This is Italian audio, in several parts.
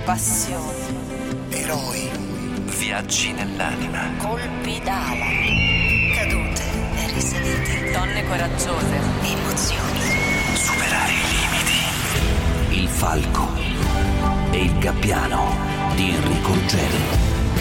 passioni, eroi, viaggi nell'anima, colpi d'ala, cadute e risalite, donne coraggiose, emozioni, superare i limiti. Il falco e il gabbiano di Enrico Ruggeri.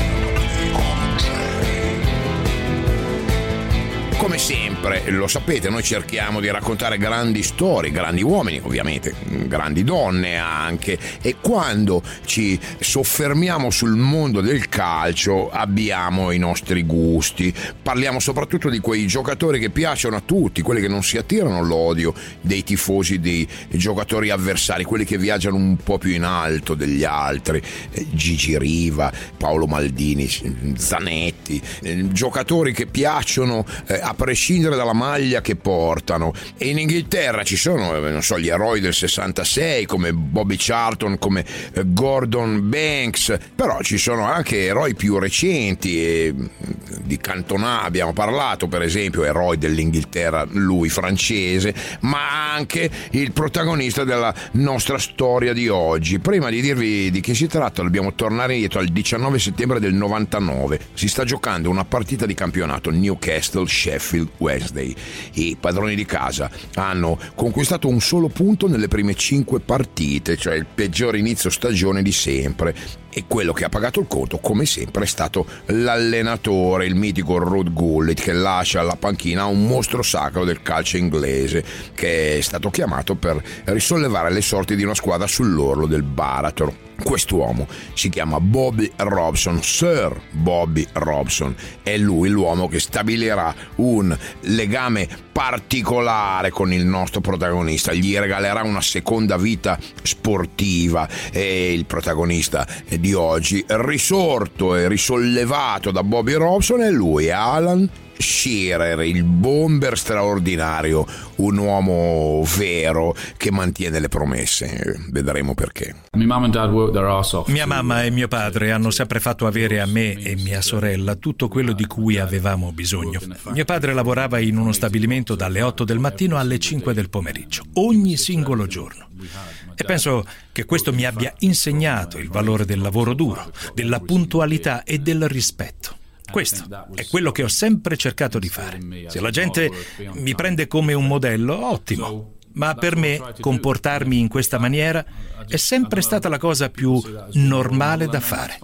Come sempre, lo sapete, noi cerchiamo di raccontare grandi storie, grandi uomini, ovviamente, grandi donne anche, e quando ci soffermiamo sul mondo del calcio abbiamo i nostri gusti. Parliamo soprattutto di quei giocatori che piacciono a tutti, quelli che non si attirano l'odio dei tifosi dei giocatori avversari, quelli che viaggiano un po' più in alto degli altri, Gigi Riva, Paolo Maldini, Zanetti, giocatori che piacciono a prescindere dalla maglia che portano. E in Inghilterra ci sono, non so, gli eroi del 66 come Bobby Charlton, come Gordon Banks, però ci sono anche eroi più recenti, e di Cantona abbiamo parlato, per esempio, eroi dell'Inghilterra, lui francese, ma anche il protagonista della nostra storia di oggi. Prima di dirvi di chi si tratta dobbiamo tornare indietro al 19 settembre del 99. Si sta giocando una partita di campionato Newcastle-Sheffield Wednesday. I padroni di casa hanno conquistato un solo punto nelle prime 5 partite, cioè il peggior inizio stagione di sempre. E quello che ha pagato il conto, come sempre, è stato l'allenatore, il mitico Ruud Gullit, che lascia alla panchina un mostro sacro del calcio inglese, che è stato chiamato per risollevare le sorti di una squadra sull'orlo del baratro. Quest'uomo si chiama Bobby Robson, Sir Bobby Robson. È lui l'uomo che stabilirà un legame particolare con il nostro protagonista, gli regalerà una seconda vita sportiva, e il protagonista di oggi, risorto e risollevato da Bobby Robson, è lui, Alan Shearer, il bomber straordinario, un uomo vero che mantiene le promesse. Vedremo perché. Mia mamma e mio padre hanno sempre fatto avere a me e mia sorella tutto quello di cui avevamo bisogno. Mio padre lavorava in uno stabilimento dalle 8 del mattino alle 5 del pomeriggio, ogni singolo giorno. E penso che questo mi abbia insegnato il valore del lavoro duro, della puntualità e del rispetto. Questo è quello che ho sempre cercato di fare. Se la gente mi prende come un modello, ottimo. Ma per me comportarmi in questa maniera è sempre stata la cosa più normale da fare.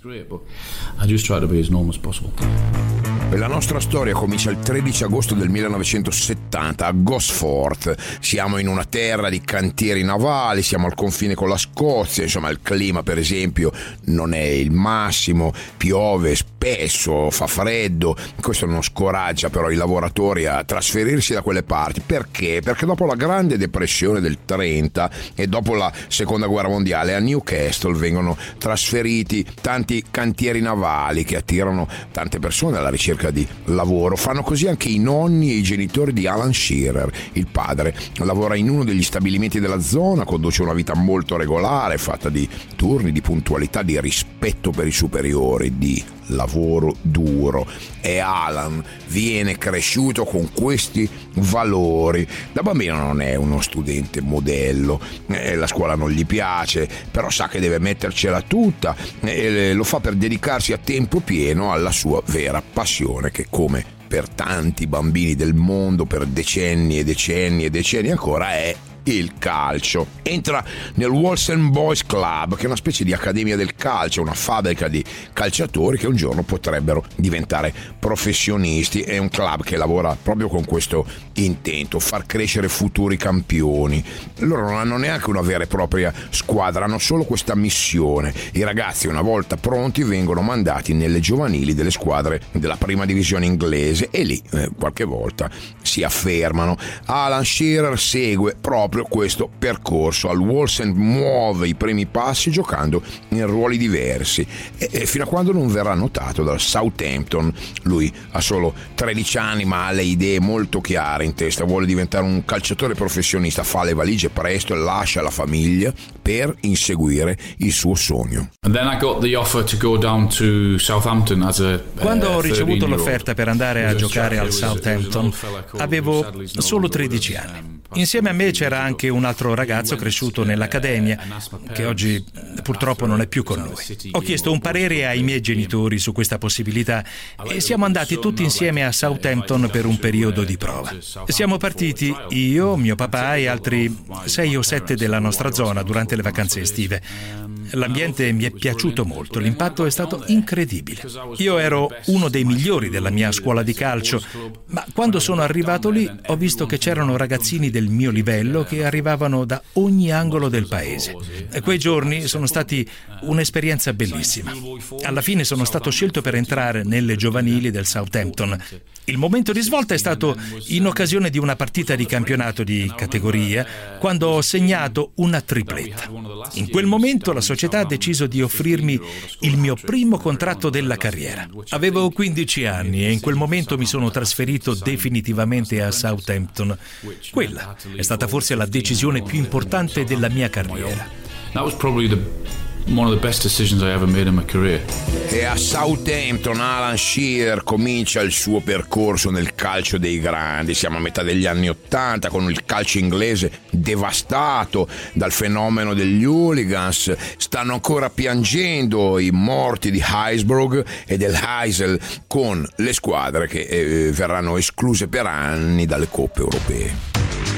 La nostra storia comincia il 13 agosto del 1970 a Gosforth. Siamo in una terra di cantieri navali, siamo al confine con la Scozia, insomma il clima per esempio non è il massimo, piove spesso, fa freddo. Questo non scoraggia però i lavoratori a trasferirsi da quelle parti. Perché? Perché dopo la grande depressione del 30 e dopo la seconda guerra mondiale a Newcastle vengono trasferiti tanti cantieri navali che attirano tante persone alla ricerca di lavoro. Fanno così anche i nonni e i genitori di Alan Shearer. Il padre lavora in uno degli stabilimenti della zona, conduce una vita molto regolare, fatta di turni, di puntualità, di rispetto per i superiori, di lavoro duro, e Alan viene cresciuto con questi valori. Da bambino non è uno studente modello, la scuola non gli piace, però sa che deve mettercela tutta e lo fa per dedicarsi a tempo pieno alla sua vera passione, che come per tanti bambini del mondo per decenni e decenni e decenni ancora è il calcio. Entra nel Walsall Boys Club, che è una specie di accademia del calcio, una fabbrica di calciatori che un giorno potrebbero diventare professionisti. È un club che lavora proprio con questo intento, far crescere futuri campioni. Loro non hanno neanche una vera e propria squadra, hanno solo questa missione. I ragazzi, una volta pronti, vengono mandati nelle giovanili delle squadre della prima divisione inglese e lì qualche volta si affermano. Alan Shearer segue proprio questo percorso. Al Walsall muove i primi passi giocando in ruoli diversi e fino a quando non verrà notato dal Southampton. Lui ha solo 13 anni ma ha le idee molto chiare in testa, vuole diventare un calciatore professionista, fa le valigie presto e lascia la famiglia per inseguire il suo sogno. Quando ho ricevuto l'offerta per andare a giocare al Southampton avevo solo 13 anni. Insieme a me c'era anche un altro ragazzo cresciuto nell'accademia, che oggi purtroppo non è più con noi. Ho chiesto un parere ai miei genitori su questa possibilità e siamo andati tutti insieme a Southampton per un periodo di prova. Siamo partiti io, mio papà e altri 6 o 7 della nostra zona durante le vacanze estive. L'ambiente mi è piaciuto molto, l'impatto è stato incredibile. Io ero uno dei migliori della mia scuola di calcio, ma quando sono arrivato lì ho visto che c'erano ragazzini del mio livello che arrivavano da ogni angolo del paese. E quei giorni sono stati un'esperienza bellissima. Alla fine sono stato scelto per entrare nelle giovanili del Southampton. Il momento di svolta è stato in occasione di una partita di campionato di categoria, quando ho segnato una tripletta. In quel momento la società ha deciso di offrirmi il mio primo contratto della carriera. Avevo 15 anni e in quel momento mi sono trasferito definitivamente a Southampton. Quella è stata forse la decisione più importante della mia carriera. That was probably one of the best decisions I ever made in my career. E a Southampton Alan Shearer comincia il suo percorso nel calcio dei grandi. Siamo a metà degli anni '80, con il calcio inglese devastato dal fenomeno degli hooligans. Stanno ancora piangendo i morti di Highsborough e del Heysel, con le squadre che verranno escluse per anni dalle coppe europee.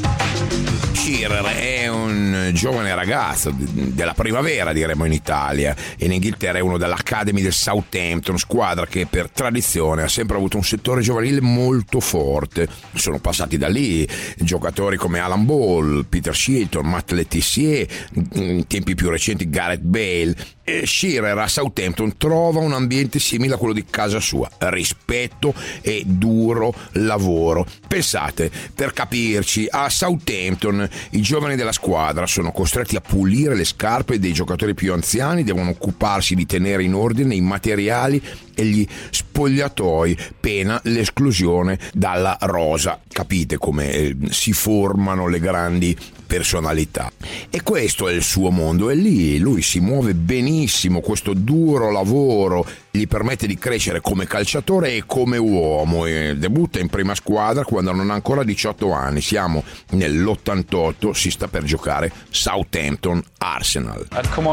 Shearer è un giovane ragazzo della primavera, diremmo in Italia, e in Inghilterra è uno dell'Academy del Southampton, squadra che per tradizione ha sempre avuto un settore giovanile molto forte. Sono passati da lì giocatori come Alan Ball, Peter Shilton, Matt Le Tissier, in tempi più recenti Gareth Bale. Shearer a Southampton trova un ambiente simile a quello di casa sua: rispetto e duro lavoro. Pensate, per capirci, a Southampton i giovani della squadra sono costretti a pulire le scarpe dei giocatori più anziani, devono occuparsi di tenere in ordine i materiali e gli spogliatoi, pena l'esclusione dalla rosa. Capite come si formano le grandi personalità. E questo è il suo mondo, e lì lui si muove benissimo. Questo duro lavoro gli permette di crescere come calciatore e come uomo, e debutta in prima squadra quando non ha ancora 18 anni. Siamo nell'88, si sta per giocare Southampton Arsenal.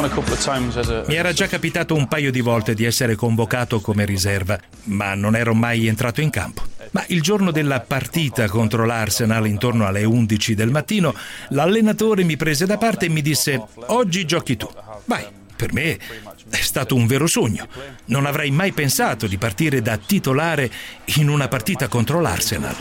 Mi era già capitato un paio di volte di essere convocato come riserva, ma non ero mai entrato in campo. Ma il giorno della partita contro l'Arsenal, intorno alle 11 del mattino, l'allenatore mi prese da parte e mi disse: oggi giochi tu. Vai, per me è stato un vero sogno. Non avrei mai pensato di partire da titolare in una partita contro l'Arsenal.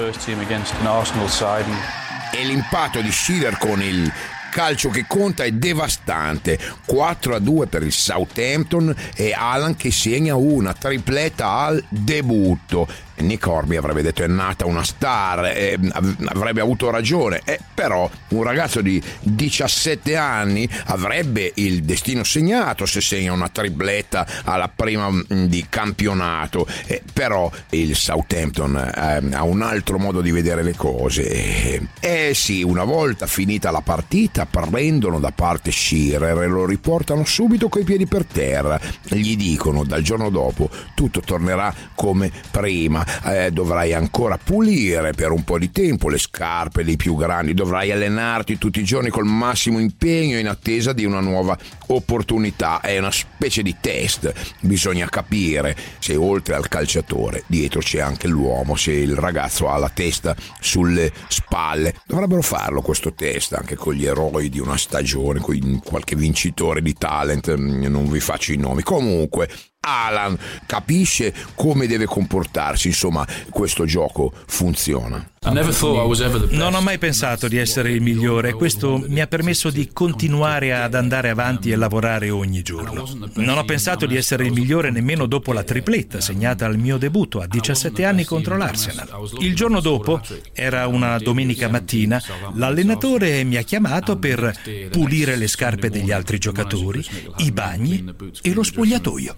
E l'impatto di Shearer con il calcio che conta è devastante. 4-2 per il Southampton e Alan che segna una tripletta al debutto. Nick Horby avrebbe detto è nata una star, avrebbe avuto ragione, però un ragazzo di 17 anni avrebbe il destino segnato se segna una tripletta alla prima di campionato, però il Southampton ha un altro modo di vedere le cose. Sì, una volta finita la partita prendono da parte Shearer e lo riportano subito coi piedi per terra. Gli dicono dal giorno dopo tutto tornerà come prima. Dovrai ancora pulire per un po' di tempo le scarpe dei più grandi, dovrai allenarti tutti i giorni col massimo impegno in attesa di una nuova opportunità. È una specie di test, bisogna capire se oltre al calciatore dietro c'è anche l'uomo, se il ragazzo ha la testa sulle spalle. Dovrebbero farlo questo test anche con gli eroi di una stagione, con qualche vincitore di talent, non vi faccio i nomi. Comunque Alan capisce come deve comportarsi, insomma questo gioco funziona. Non ho mai pensato di essere il migliore e questo mi ha permesso di continuare ad andare avanti e lavorare ogni giorno. Non ho pensato di essere il migliore nemmeno dopo la tripletta segnata al mio debutto a 17 anni contro l'Arsenal. Il giorno dopo, era una domenica mattina, l'allenatore mi ha chiamato per pulire le scarpe degli altri giocatori, i bagni e lo spogliatoio.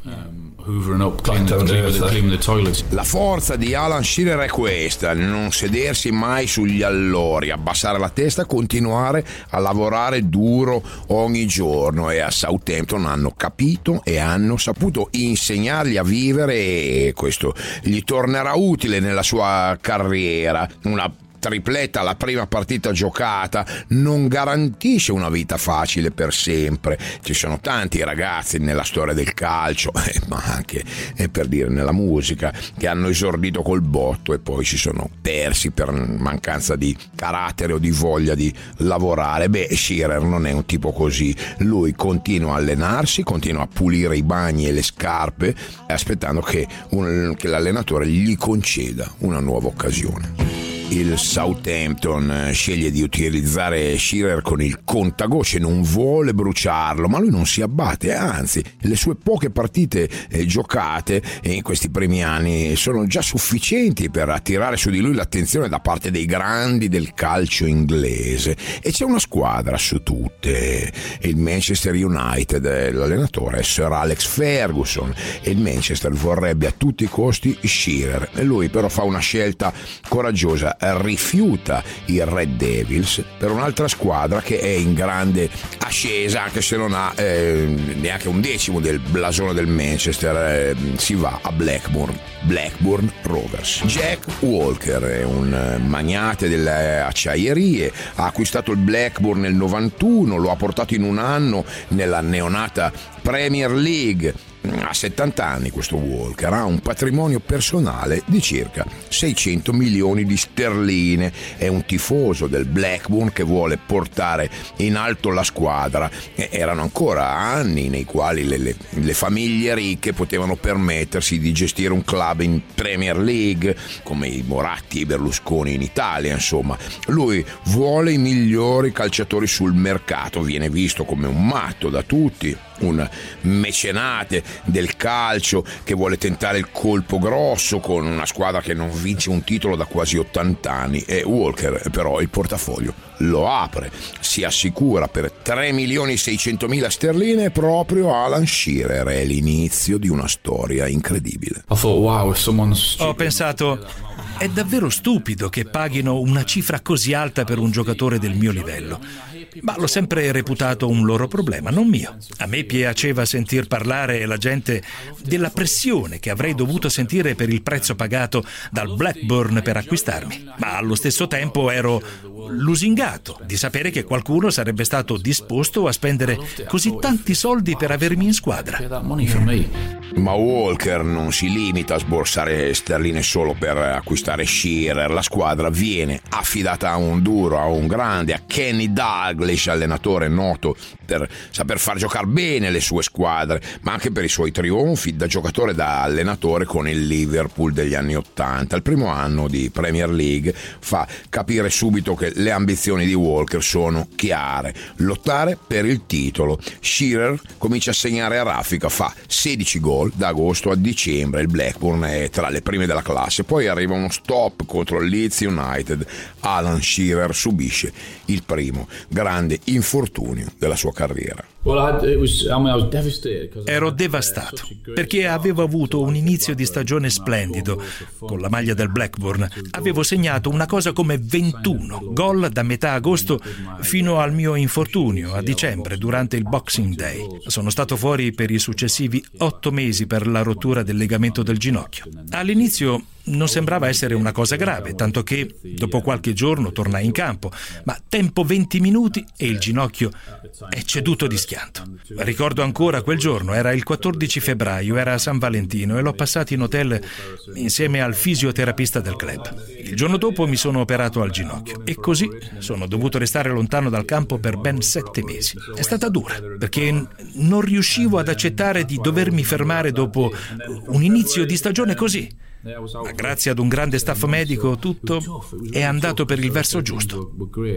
La forza di Alan Shearer è questa: non sedersi mai sugli allori, abbassare la testa, continuare a lavorare duro ogni giorno. E a Southampton hanno capito e hanno saputo insegnargli a vivere, e questo gli tornerà utile nella sua carriera. Una tripletta alla prima partita giocata non garantisce una vita facile per sempre. Ci sono tanti ragazzi nella storia del calcio, ma anche per dire nella musica, che hanno esordito col botto e poi si sono persi per mancanza di carattere o di voglia di lavorare. Shearer non è un tipo così. Lui continua a allenarsi, continua a pulire i bagni e le scarpe, aspettando che l'allenatore gli conceda una nuova occasione. Il Southampton sceglie di utilizzare Shearer con il contagocce, non vuole bruciarlo, ma lui non si abbatte, anzi le sue poche partite giocate in questi primi anni sono già sufficienti per attirare su di lui l'attenzione da parte dei grandi del calcio inglese, e c'è una squadra su tutte, il Manchester United. L'allenatore è Sir Alex Ferguson e il Manchester vorrebbe a tutti i costi Shearer, e lui però fa una scelta coraggiosa, rifiuta i Red Devils per un'altra squadra che è in grande ascesa, anche se non ha neanche un decimo del blasone del Manchester. Si va a Blackburn Rovers. Jack Walker è un magnate delle acciaierie, ha acquistato il Blackburn nel 91, lo ha portato in un anno nella neonata Premier League. Ha 70 anni questo Walker, ha un patrimonio personale di circa 600 milioni di sterline, è un tifoso del Blackburn che vuole portare in alto la squadra. Erano ancora anni nei quali le famiglie ricche potevano permettersi di gestire un club in Premier League, come i Moratti e i Berlusconi in Italia, insomma. Lui vuole i migliori calciatori sul mercato, viene visto come un matto da tutti, un mecenate del calcio che vuole tentare il colpo grosso con una squadra che non vince un titolo da quasi 80 anni. E Walker però il portafoglio lo apre, si assicura per 3.600.000 sterline proprio Alan Shearer. È l'inizio di una storia incredibile. Ho pensato, è davvero stupido che paghino una cifra così alta per un giocatore del mio livello, ma l'ho sempre reputato un loro problema, non mio. A me piaceva sentir parlare la gente della pressione che avrei dovuto sentire per il prezzo pagato dal Blackburn per acquistarmi, ma allo stesso tempo ero lusingato di sapere che qualcuno sarebbe stato disposto a spendere così tanti soldi per avermi in squadra. Ma Walker non si limita a sborsare sterline solo per acquistare Shearer. La squadra viene affidata a un duro, a un grande, a Kenny Dalglish, allenatore noto per saper far giocare bene le sue squadre, ma anche per i suoi trionfi da giocatore e da allenatore con il Liverpool degli anni '80. Il primo anno di Premier League fa capire subito che le ambizioni di Walker sono chiare: lottare per il titolo. Shearer comincia a segnare a raffica, fa 16 gol da agosto a dicembre. Il Blackburn è tra le prime della classe, poi arriva uno stop contro il Leeds United. Alan Shearer subisce il primo grande infortunio della sua carriera. Ero devastato perché avevo avuto un inizio di stagione splendido con la maglia del Blackburn. Avevo segnato una cosa come 21 gol da metà agosto fino al mio infortunio a dicembre durante il Boxing Day. Sono stato fuori per i successivi 8 mesi per la rottura del legamento del ginocchio. All'inizio non sembrava essere una cosa grave, tanto che dopo qualche giorno tornai in campo, ma tempo 20 minuti e il ginocchio è ceduto di schianto. Ricordo ancora quel giorno, era il 14 febbraio, era San Valentino e l'ho passato in hotel insieme al fisioterapista del club. Il giorno dopo mi sono operato al ginocchio e così sono dovuto restare lontano dal campo per ben 7 mesi. È stata dura perché non riuscivo ad accettare di dovermi fermare dopo un inizio di stagione così. Ma grazie ad un grande staff medico tutto è andato per il verso giusto.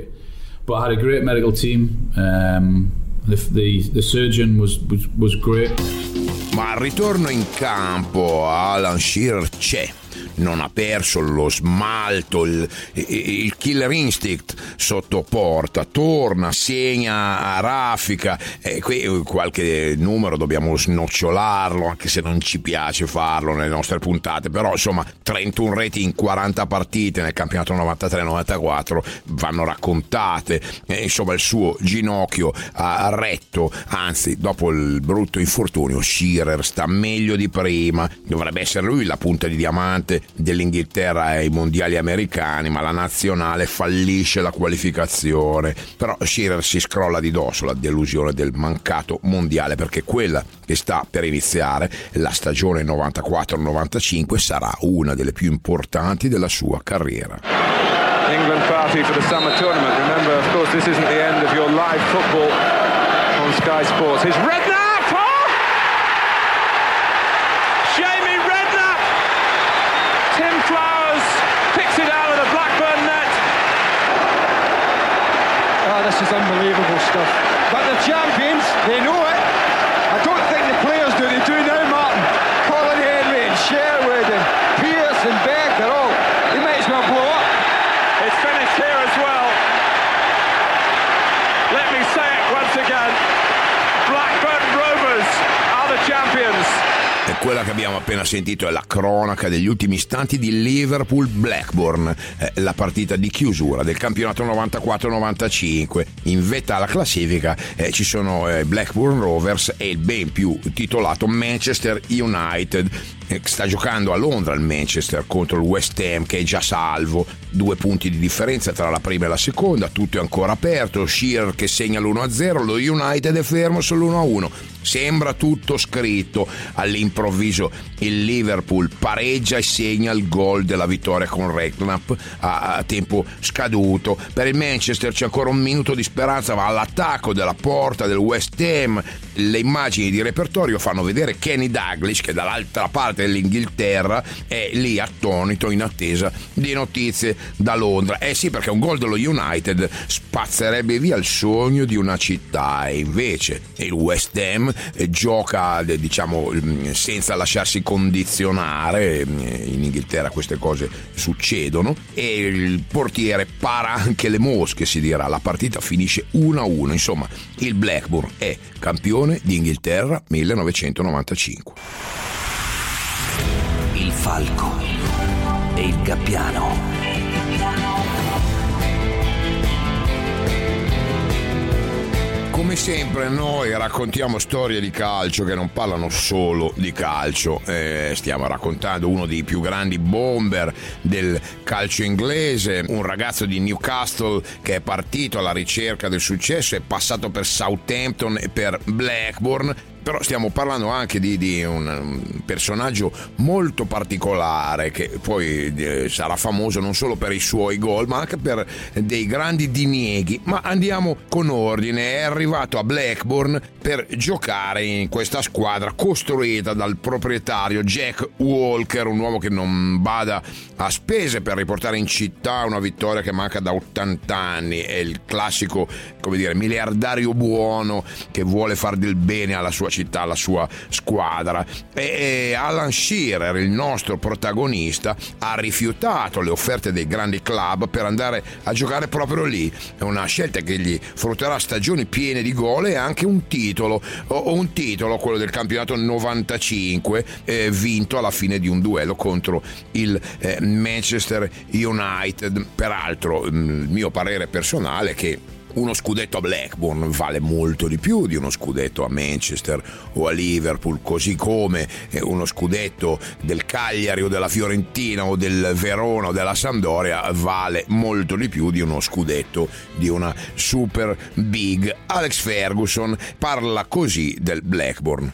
The surgeon was great. Ma al ritorno in campo Alan Shearer c'è. Non ha perso lo smalto, il killer instinct sotto porta, torna, segna a raffica. Qui qualche numero dobbiamo snocciolarlo, anche se non ci piace farlo nelle nostre puntate, però insomma 31 reti in 40 partite nel campionato 93-94 vanno raccontate. Insomma il suo ginocchio ha retto, anzi dopo il brutto infortunio Shearer sta meglio di prima. Dovrebbe essere lui la punta di diamante dell'Inghilterra ai mondiali americani, ma la nazionale fallisce la qualificazione. Però Shearer si scrolla di dosso la delusione del mancato mondiale, perché quella che sta per iniziare, la stagione 94-95, sarà una delle più importanti della sua carriera. England party for the summer tournament. Remember, of course, this isn't the end of your live football on Sky Sports. Here's Redknapp! Oh! Jamie Redknapp! Tim Flowers picks it out of the Blackburn net. Oh, this is unbelievable stuff. But the champions, they know it. I don't think the players do. They do now, Martin. Colin Henry and Sherwood and Pearce and Beck, they're all... They might as well blow up. It's finished here as well. Let me say it once again. Blackburn Rovers are the champions. E quella che abbiamo appena sentito è la cronaca degli ultimi istanti di Liverpool-Blackburn, la partita di chiusura del campionato 94-95. In vetta alla classifica ci sono Blackburn Rovers e il ben più titolato Manchester United. Sta giocando a Londra il Manchester contro il West Ham, che è già salvo. 2 punti di differenza tra la prima e la seconda, tutto è ancora aperto. Shearer che segna l'1-0, lo United è fermo sull'1-1. Sembra tutto scritto. All'improvviso il Liverpool pareggia e segna il gol della vittoria con Redknapp a tempo scaduto. Per il Manchester c'è ancora un minuto di speranza, va all'attacco della porta del West Ham. Le immagini di repertorio fanno vedere Kenny Dalglish, che dall'altra parte dell'Inghilterra è lì attonito in attesa di notizie da Londra. Sì, perché un gol dello United spazzerebbe via il sogno di una città, e invece il West Ham gioca, diciamo, senza lasciarsi condizionare. In Inghilterra queste cose succedono e il portiere para anche le mosche, si dirà. La partita finisce 1-1. Insomma, il Blackburn è campione di Inghilterra 1995. Il falco e il gabbiano. Come sempre noi raccontiamo storie di calcio che non parlano solo di calcio. Stiamo raccontando uno dei più grandi bomber del calcio inglese, un ragazzo di Newcastle che è partito alla ricerca del successo, è passato per Southampton e per Blackburn. Però stiamo parlando anche di un personaggio molto particolare, che poi sarà famoso non solo per i suoi gol ma anche per dei grandi dinieghi. Ma andiamo con ordine. È arrivato a Blackburn per giocare in questa squadra costruita dal proprietario Jack Walker, un uomo che non bada a spese per riportare in città una vittoria che manca da 80 anni. È il classico, come dire, miliardario buono che vuole far del bene alla sua città, alla sua squadra. E Alan Shearer, il nostro protagonista, ha rifiutato le offerte dei grandi club per andare a giocare proprio lì. È una scelta che gli frutterà stagioni piene di gol e anche un titolo, quello del campionato 95, vinto alla fine di un duello contro il Manchester United. Peraltro, il mio parere personale è che uno scudetto a Blackburn vale molto di più di uno scudetto a Manchester o a Liverpool, così come uno scudetto del Cagliari o della Fiorentina o del Verona o della Sampdoria vale molto di più di uno scudetto di una super big. Alex Ferguson parla così del Blackburn.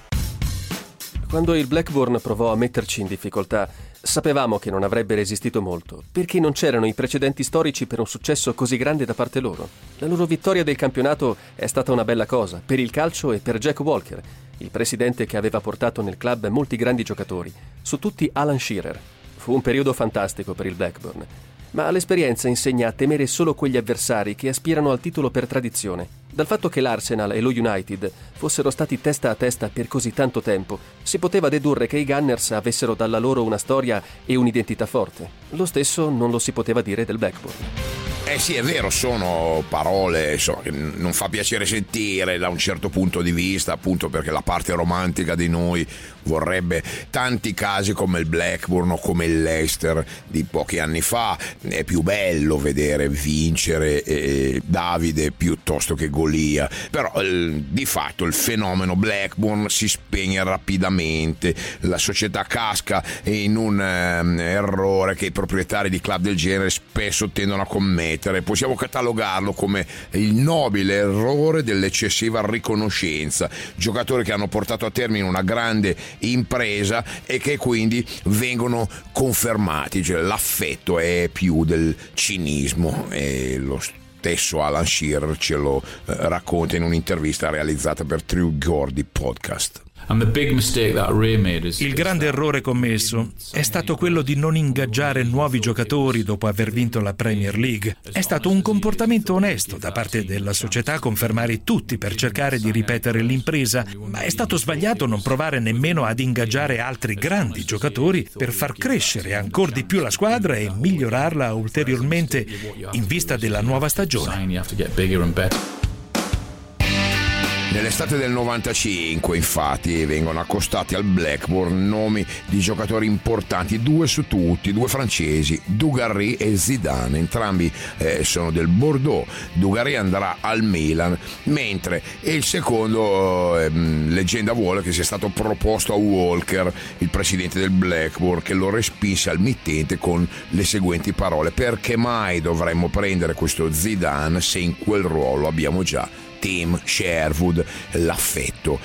Quando il Blackburn provò a metterci in difficoltà, sapevamo che non avrebbe resistito molto, perché non c'erano i precedenti storici per un successo così grande da parte loro. La loro vittoria del campionato è stata una bella cosa, per il calcio e per Jack Walker, il presidente che aveva portato nel club molti grandi giocatori, su tutti Alan Shearer. Fu un periodo fantastico per il Blackburn, ma l'esperienza insegna a temere solo quegli avversari che aspirano al titolo per tradizione. Dal fatto che l'Arsenal e lo United fossero stati testa a testa per così tanto tempo, si poteva dedurre che i Gunners avessero dalla loro una storia e un'identità forte. Lo stesso non lo si poteva dire del Blackburn. Sì, è vero, sono parole insomma, che non fa piacere sentire da un certo punto di vista, appunto perché la parte romantica di noi vorrebbe tanti casi come il Blackburn o come il Leicester di pochi anni fa. È più bello vedere vincere Davide piuttosto che Golia, però di fatto il fenomeno Blackburn si spegne rapidamente, la società casca in un errore che i proprietari di club del genere spesso tendono a commettere. Possiamo catalogarlo come il nobile errore dell'eccessiva riconoscenza, giocatori che hanno portato a termine una grande impresa e che quindi vengono confermati, cioè l'affetto è più del cinismo, e lo stesso Alan Shearer ce lo racconta in un'intervista realizzata per True Gordy Podcast. Il grande errore commesso è stato quello di non ingaggiare nuovi giocatori dopo aver vinto la Premier League. È stato un comportamento onesto da parte della società confermare tutti per cercare di ripetere l'impresa, ma è stato sbagliato non provare nemmeno ad ingaggiare altri grandi giocatori per far crescere ancora di più la squadra e migliorarla ulteriormente in vista della nuova stagione. Nell'estate del 95, infatti, vengono accostati al Blackburn nomi di giocatori importanti, due su tutti, due francesi, Dugarry e Zidane, entrambi sono del Bordeaux. Dugarry andrà al Milan, mentre il secondo, leggenda vuole che sia stato proposto a Walker, il presidente del Blackburn, che lo respinse al mittente con le seguenti parole: perché mai dovremmo prendere questo Zidane se in quel ruolo abbiamo già Tim Sherwood? L'affetto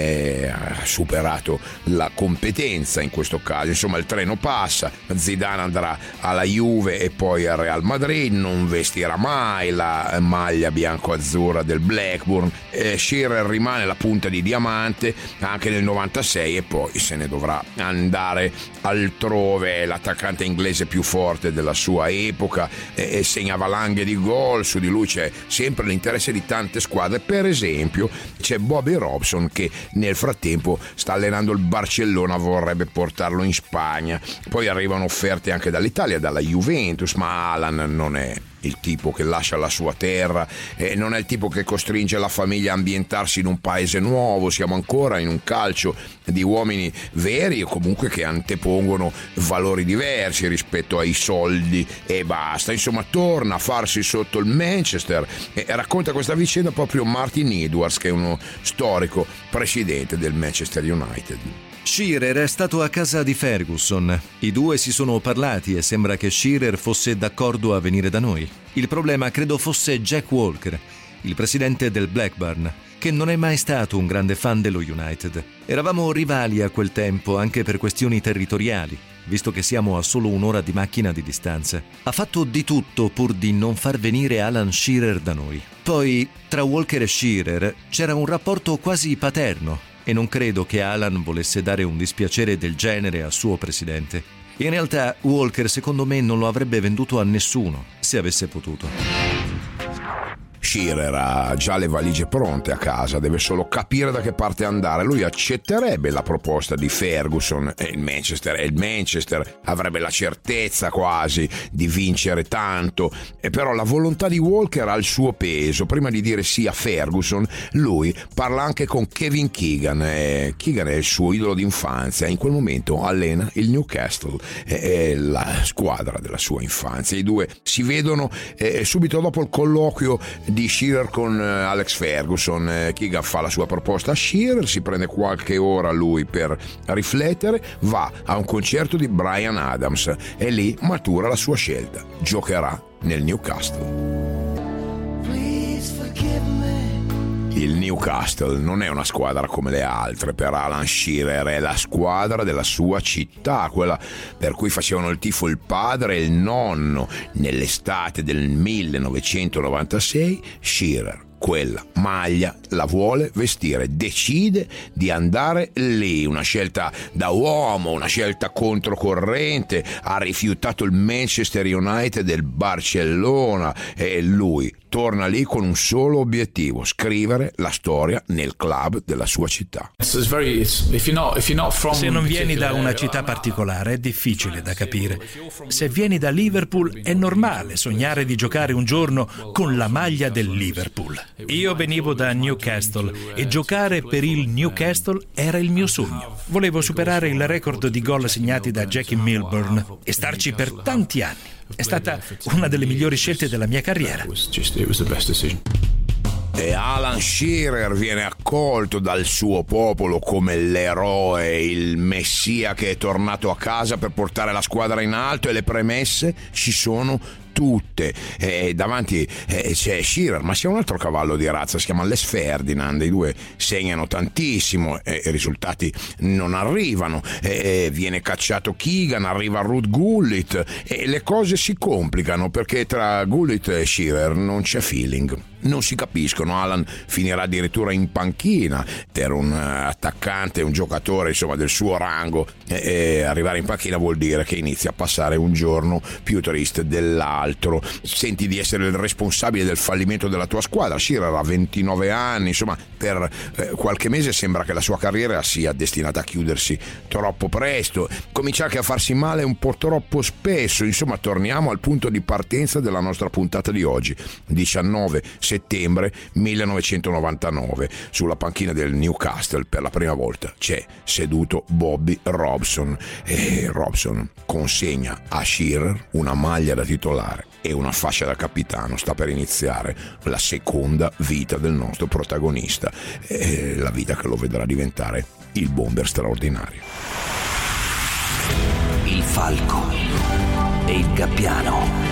ha superato la competenza in questo caso. Insomma, il treno passa, Zidane andrà alla Juve e poi al Real Madrid, non vestirà mai la maglia bianco-azzurra del Blackburn. Shearer rimane la punta di diamante anche nel 96 e poi se ne dovrà andare altrove. È l'attaccante inglese più forte della sua epoca, segna valanghe di gol, su di lui c'è sempre l'interesse di tante squadre. Per esempio c'è Bobby Robson che nel frattempo sta allenando il Barcellona, vorrebbe portarlo in Spagna. Poi arrivano offerte anche dall'Italia, dalla Juventus, ma Alan non è il tipo che lascia la sua terra, non è il tipo che costringe la famiglia a ambientarsi in un paese nuovo. Siamo ancora in un calcio di uomini veri o comunque che antepongono valori diversi rispetto ai soldi e basta. Insomma, torna a farsi sotto il Manchester e racconta questa vicenda proprio Martin Edwards, che è uno storico presidente del Manchester United. Shearer è stato a casa di Ferguson. I due si sono parlati e sembra che Shearer fosse d'accordo a venire da noi. Il problema credo fosse Jack Walker, il presidente del Blackburn, che non è mai stato un grande fan dello United. Eravamo rivali a quel tempo anche per questioni territoriali, visto che siamo a solo un'ora di macchina di distanza. Ha fatto di tutto pur di non far venire Alan Shearer da noi. Poi, tra Walker e Shearer c'era un rapporto quasi paterno, e non credo che Alan volesse dare un dispiacere del genere al suo presidente. In realtà Walker secondo me non lo avrebbe venduto a nessuno se avesse potuto. Shearer ha già le valigie pronte a casa, deve solo capire da che parte andare. Lui accetterebbe la proposta di Ferguson, e il Manchester avrebbe la certezza quasi di vincere tanto, e però la volontà di Walker ha il suo peso. Prima di dire sì a Ferguson, lui parla anche con Kevin Keegan. Keegan è il suo idolo d'infanzia, in quel momento allena il Newcastle, è la squadra della sua infanzia. I due si vedono subito dopo il colloquio di Shearer con Alex Ferguson. Keegan fa la sua proposta a Shearer, si prende qualche ora lui per riflettere, va a un concerto di Bryan Adams e lì matura la sua scelta: giocherà nel Newcastle. Il Newcastle non è una squadra come le altre per Alan Shearer, è la squadra della sua città, quella per cui facevano il tifo il padre e il nonno. Nell'estate del 1996 Shearer quella maglia la vuole vestire, decide di andare lì. Una scelta da uomo, una scelta controcorrente. Ha rifiutato il Manchester United del Barcellona e lui torna lì con un solo obiettivo: scrivere la storia nel club della sua città. Se non vieni da una città particolare è difficile da capire. Se vieni da Liverpool è normale sognare di giocare un giorno con la maglia del Liverpool. Io venivo da Newcastle e giocare per il Newcastle era il mio sogno. Volevo superare il record di gol segnati da Jackie Milburn e starci per tanti anni. È stata una delle migliori scelte della mia carriera. E Alan Shearer viene accolto dal suo popolo come l'eroe, il messia che è tornato a casa per portare la squadra in alto, e le premesse ci sono tutte. Davanti c'è Shearer, ma c'è un altro cavallo di razza, si chiama Les Ferdinand. I due segnano tantissimo e i risultati non arrivano. Viene cacciato Keegan, arriva Ruud Gullit e le cose si complicano perché tra Gullit e Shearer non c'è feeling. Non si capiscono. Alan finirà addirittura in panchina per un attaccante, un giocatore insomma del suo rango. Arrivare in panchina vuol dire che inizia a passare un giorno più triste dell'altro. Senti di essere il responsabile del fallimento della tua squadra. Shearer ha 29 anni, insomma per qualche mese sembra che la sua carriera sia destinata a chiudersi troppo presto. Comincia anche a farsi male un po' troppo spesso. Insomma, torniamo al punto di partenza della nostra puntata di oggi, 19 settembre 1999. Sulla panchina del Newcastle per la prima volta c'è seduto Bobby Robson e Robson consegna a Shearer una maglia da titolare e una fascia da capitano. Sta per iniziare la seconda vita del nostro protagonista, la vita che lo vedrà diventare il bomber straordinario. Il falco e il gabbiano.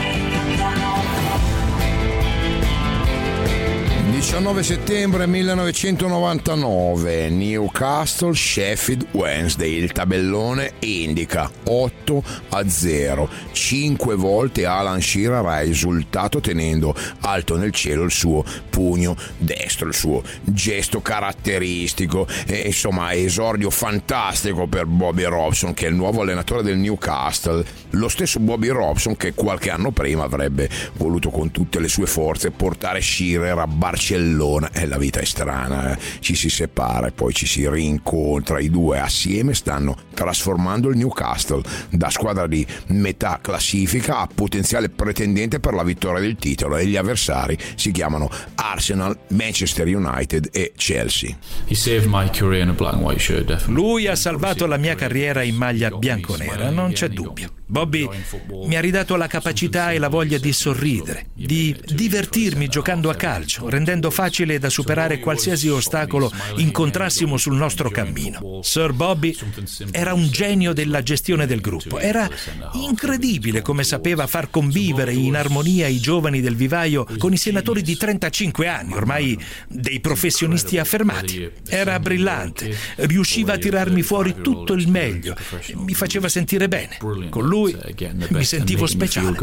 19 settembre 1999, Newcastle Sheffield Wednesday. Il tabellone indica 8-0. 5 volte Alan Shearer ha esultato tenendo alto nel cielo il suo pugno destro, il suo gesto caratteristico. Insomma, esordio fantastico per Bobby Robson, che è il nuovo allenatore del Newcastle. Lo stesso Bobby Robson che qualche anno prima avrebbe voluto con tutte le sue forze portare Shearer a Barcellona. La vita è strana, ci si separa e poi ci si rincontra. I due assieme stanno trasformando il Newcastle da squadra di metà classifica a potenziale pretendente per la vittoria del titolo, e gli avversari si chiamano Arsenal, Manchester United e Chelsea. Lui ha salvato la mia carriera in maglia bianconera, non c'è dubbio. Bobby mi ha ridato la capacità e la voglia di sorridere, di divertirmi giocando a calcio, rendendo facile da superare qualsiasi ostacolo incontrassimo sul nostro cammino. Sir Bobby era un genio della gestione del gruppo. Era incredibile come sapeva far convivere in armonia i giovani del vivaio con i senatori di 35 anni, ormai dei professionisti affermati. Era brillante, riusciva a tirarmi fuori tutto il meglio, mi faceva sentire bene. Con lui mi sentivo speciale.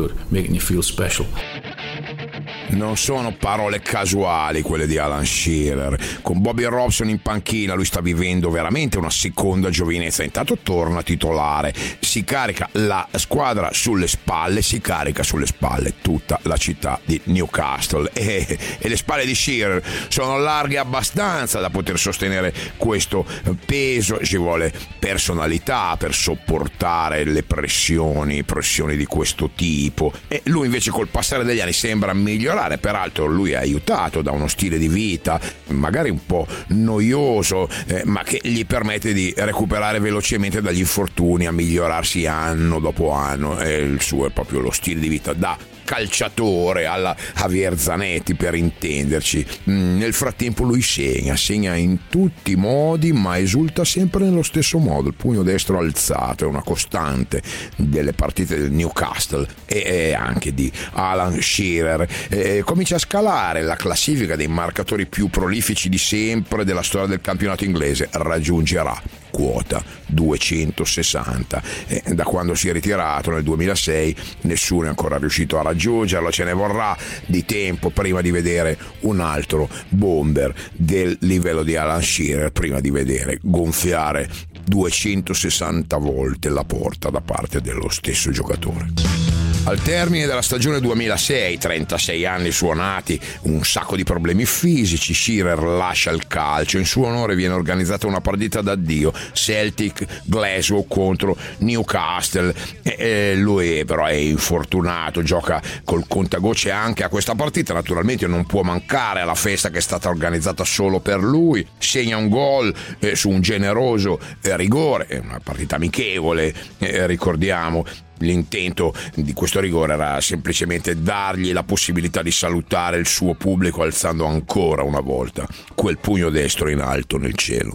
Non sono parole casuali quelle di Alan Shearer. Con Bobby Robson in panchina lui sta vivendo veramente una seconda giovinezza. Intanto torna titolare, si carica la squadra sulle spalle, si carica sulle spalle tutta la città di Newcastle e le spalle di Shearer sono larghe abbastanza da poter sostenere questo peso. Ci vuole personalità per sopportare le pressioni di questo tipo, e lui invece col passare degli anni sembra migliorare. Peraltro lui è aiutato da uno stile di vita magari un po' noioso, ma che gli permette di recuperare velocemente dagli infortuni, a migliorarsi anno dopo anno. Il suo è proprio lo stile di vita da calciatore alla Javier Zanetti, per intenderci. Nel frattempo lui segna in tutti i modi, ma esulta sempre nello stesso modo. Il pugno destro alzato è una costante delle partite del Newcastle e anche di Alan Shearer. Comincia a scalare la classifica dei marcatori più prolifici di sempre della storia del campionato inglese. Raggiungerà quota 260 da quando si è ritirato nel 2006. Nessuno è ancora riuscito a raggiungerlo. Ce ne vorrà di tempo prima di vedere un altro bomber del livello di Alan Shearer, prima di vedere gonfiare 260 volte la porta da parte dello stesso giocatore. Al termine della stagione 2006, 36 anni suonati, un sacco di problemi fisici, Shearer lascia il calcio. In suo onore viene organizzata una partita d'addio, Celtic Glasgow contro Newcastle. Lui però è infortunato, gioca col contagocce anche a questa partita, naturalmente non può mancare alla festa che è stata organizzata solo per lui. Segna un gol su un generoso rigore, è una partita amichevole, ricordiamo. L'intento di questo rigore era semplicemente dargli la possibilità di salutare il suo pubblico alzando ancora una volta quel pugno destro in alto nel cielo.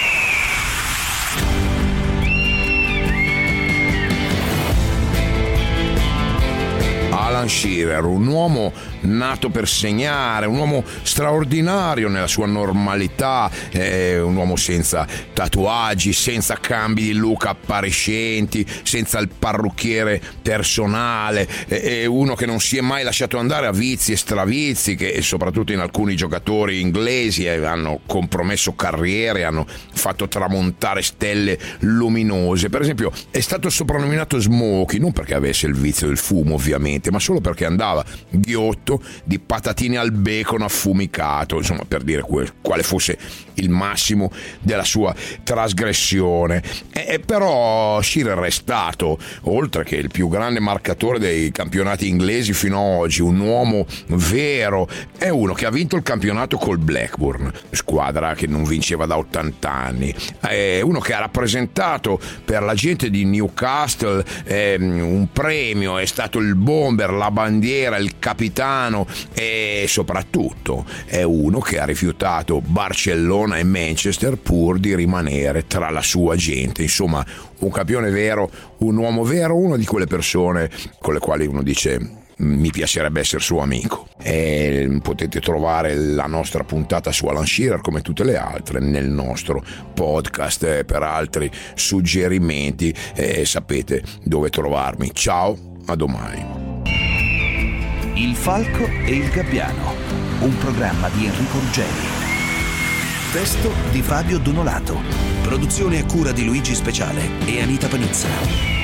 Alan Shearer, un uomo nato per segnare, un uomo straordinario nella sua normalità, un uomo senza tatuaggi, senza cambi di look appariscenti, senza il parrucchiere personale, uno che non si è mai lasciato andare a vizi e stravizi che soprattutto in alcuni giocatori inglesi hanno compromesso carriere, hanno fatto tramontare stelle luminose. Per esempio è stato soprannominato Smokey non perché avesse il vizio del fumo ovviamente, ma solo perché andava ghiotto di patatine al bacon affumicato, insomma, per dire quale fosse il massimo della sua trasgressione. Però Shearer è stato, oltre che il più grande marcatore dei campionati inglesi fino ad oggi, un uomo vero. È uno che ha vinto il campionato col Blackburn, squadra che non vinceva da 80 anni. È uno che ha rappresentato per la gente di Newcastle un premio, è stato il bomber, la bandiera, il capitano, e soprattutto è uno che ha rifiutato Barcellona e Manchester pur di rimanere tra la sua gente. Insomma, un campione vero, un uomo vero, una di quelle persone con le quali uno dice mi piacerebbe essere suo amico. Potete trovare la nostra puntata su Alan Shearer come tutte le altre nel nostro podcast, per altri suggerimenti sapete dove trovarmi. Ciao, a domani. Il Falco e il Gabbiano, un programma di Enrico Ruggeri. Testo di Fabio Donolato. Produzione a cura di Luigi Speciale e Anita Panizza.